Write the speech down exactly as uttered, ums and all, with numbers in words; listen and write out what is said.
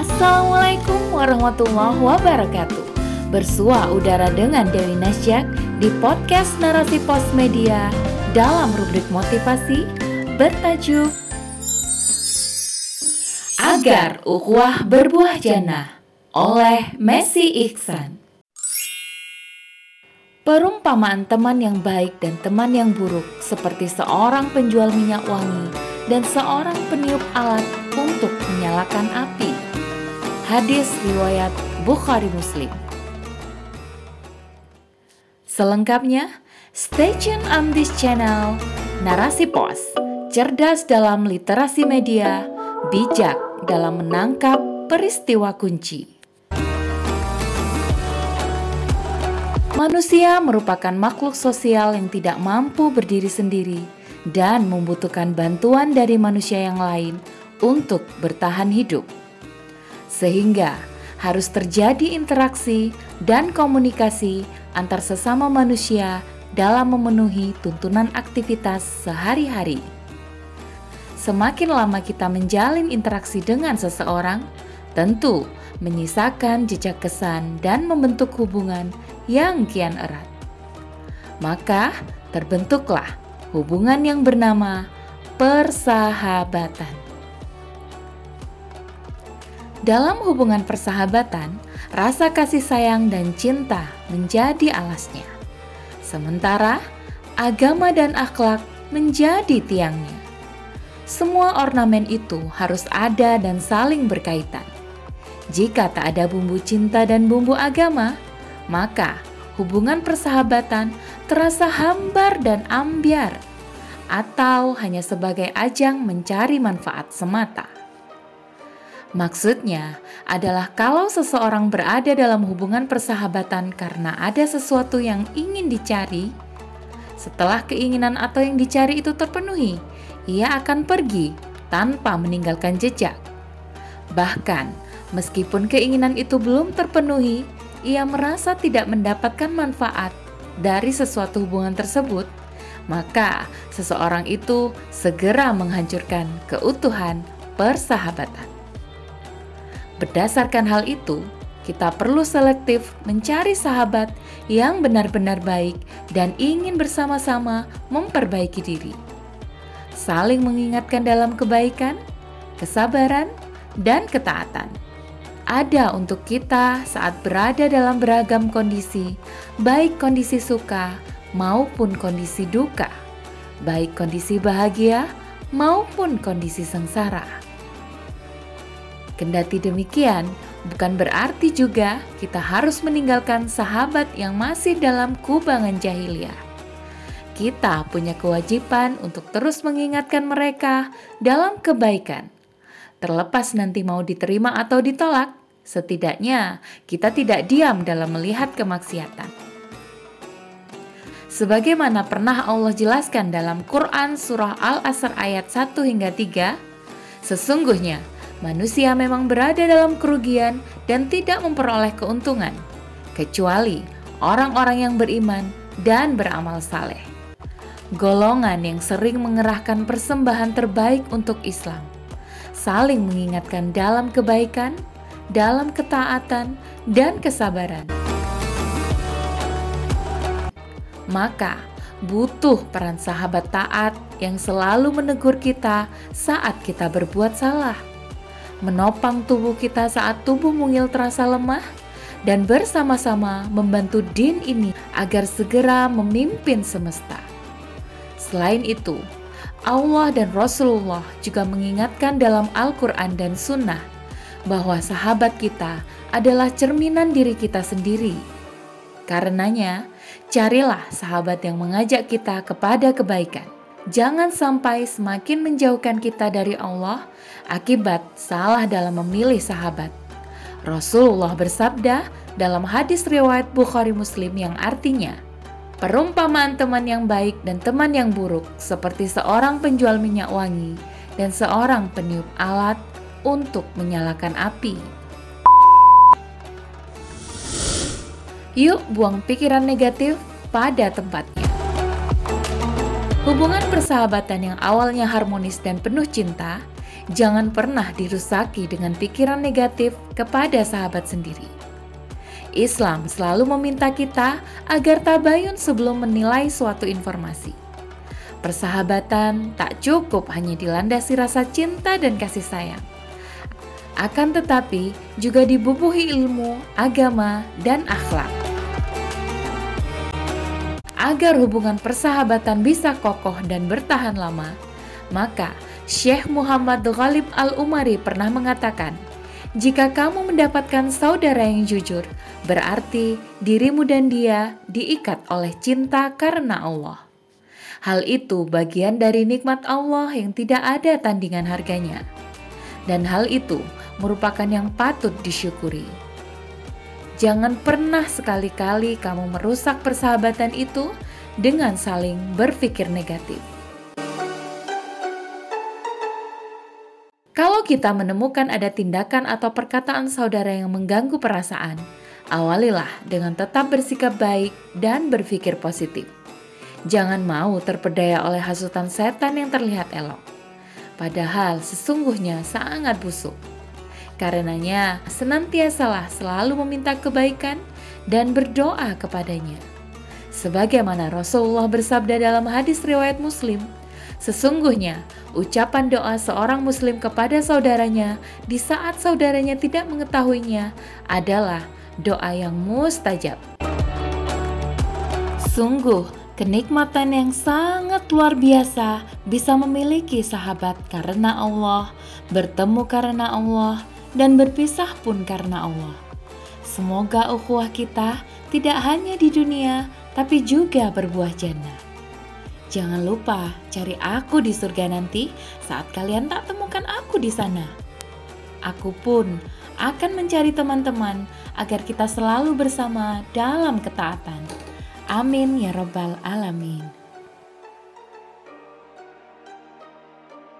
Assalamualaikum warahmatullahi wabarakatuh. Bersua udara dengan Dewi Nasjak di podcast Narasi Pos Media dalam rubrik motivasi bertajuk Agar Ukhuwah Berbuah Jannah oleh Messi Ihsan. Perumpamaan teman yang baik dan teman yang buruk seperti seorang penjual minyak wangi dan seorang peniup alat untuk menyalakan api. Hadis riwayat Bukhari Muslim. Selengkapnya, stay tune on this channel. Narasi Pos, cerdas dalam literasi media, bijak dalam menangkap peristiwa kunci. Manusia merupakan makhluk sosial yang tidak mampu berdiri sendiri dan membutuhkan bantuan dari manusia yang lain untuk bertahan hidup. Sehingga harus terjadi interaksi dan komunikasi antar sesama manusia dalam memenuhi tuntunan aktivitas sehari-hari. Semakin lama kita menjalin interaksi dengan seseorang, tentu menyisakan jejak kesan dan membentuk hubungan yang kian erat. Maka terbentuklah hubungan yang bernama persahabatan. Dalam hubungan persahabatan, rasa kasih sayang dan cinta menjadi alasnya. Sementara agama dan akhlak menjadi tiangnya. Semua ornamen itu harus ada dan saling berkaitan. Jika tak ada bumbu cinta dan bumbu agama, maka hubungan persahabatan terasa hambar dan ambyar, atau hanya sebagai ajang mencari manfaat semata. Maksudnya adalah kalau seseorang berada dalam hubungan persahabatan karena ada sesuatu yang ingin dicari, setelah keinginan atau yang dicari itu terpenuhi, ia akan pergi tanpa meninggalkan jejak. Bahkan, meskipun keinginan itu belum terpenuhi, ia merasa tidak mendapatkan manfaat dari sesuatu hubungan tersebut, maka seseorang itu segera menghancurkan keutuhan persahabatan. Berdasarkan hal itu, kita perlu selektif mencari sahabat yang benar-benar baik dan ingin bersama-sama memperbaiki diri. Saling mengingatkan dalam kebaikan, kesabaran, dan ketaatan. Ada untuk kita saat berada dalam beragam kondisi, baik kondisi suka maupun kondisi duka, baik kondisi bahagia maupun kondisi sengsara. Kendati demikian, bukan berarti juga kita harus meninggalkan sahabat yang masih dalam kubangan jahiliyah. Kita punya kewajiban untuk terus mengingatkan mereka dalam kebaikan. Terlepas nanti mau diterima atau ditolak, setidaknya kita tidak diam dalam melihat kemaksiatan. Sebagaimana pernah Allah jelaskan dalam Quran Surah Al-Asr ayat satu hingga tiga, sesungguhnya manusia memang berada dalam kerugian dan tidak memperoleh keuntungan, kecuali orang-orang yang beriman dan beramal saleh. Golongan yang sering mengerahkan persembahan terbaik untuk Islam, saling mengingatkan dalam kebaikan, dalam ketaatan, dan kesabaran. Maka, butuh peran sahabat taat yang selalu menegur kita saat kita berbuat salah, menopang tubuh kita saat tubuh mungil terasa lemah, dan bersama-sama membantu din ini agar segera memimpin semesta. Selain itu, Allah dan Rasulullah juga mengingatkan dalam Al-Quran dan Sunnah bahwa sahabat kita adalah cerminan diri kita sendiri. Karenanya, carilah sahabat yang mengajak kita kepada kebaikan. Jangan sampai semakin menjauhkan kita dari Allah akibat salah dalam memilih sahabat. Rasulullah bersabda dalam hadis riwayat Bukhari Muslim yang artinya, perumpamaan teman yang baik dan teman yang buruk seperti seorang penjual minyak wangi dan seorang peniup alat untuk menyalakan api. Yuk buang pikiran negatif pada tempatnya. Hubungan persahabatan yang awalnya harmonis dan penuh cinta, Jangan pernah dirusaki dengan pikiran negatif kepada sahabat sendiri. Islam selalu meminta kita agar tabayun sebelum menilai suatu informasi. Persahabatan tak cukup hanya dilandasi rasa cinta dan kasih sayang. Akan tetapi juga dibubuhi ilmu, agama, dan akhlak. Agar hubungan persahabatan bisa kokoh dan bertahan lama, maka Syekh Muhammad Ghalib Al-Umari pernah mengatakan, jika kamu mendapatkan saudara yang jujur, berarti dirimu dan dia diikat oleh cinta karena Allah. Hal itu bagian dari nikmat Allah yang tidak ada tandingan harganya. Dan hal itu merupakan yang patut disyukuri. Jangan pernah sekali-kali kamu merusak persahabatan itu dengan saling berpikir negatif. Kalau kita menemukan ada tindakan atau perkataan saudara yang mengganggu perasaan, awalilah dengan tetap bersikap baik dan berpikir positif. Jangan mau terpedaya oleh hasutan setan yang terlihat elok, padahal sesungguhnya sangat busuk. Karenanya, senantiasalah selalu meminta kebaikan dan berdoa kepadanya. Sebagaimana Rasulullah bersabda dalam hadis riwayat Muslim, sesungguhnya ucapan doa seorang muslim kepada saudaranya di saat saudaranya tidak mengetahuinya adalah doa yang mustajab. Sungguh, kenikmatan yang sangat luar biasa bisa memiliki sahabat karena Allah, bertemu karena Allah, dan berpisah pun karena Allah. Semoga ukhuwah kita tidak hanya di dunia, tapi juga berbuah jannah. Jangan lupa cari aku di surga nanti saat kalian tak temukan aku di sana. Aku pun akan mencari teman-teman agar kita selalu bersama dalam ketaatan. Amin ya rabbal alamin.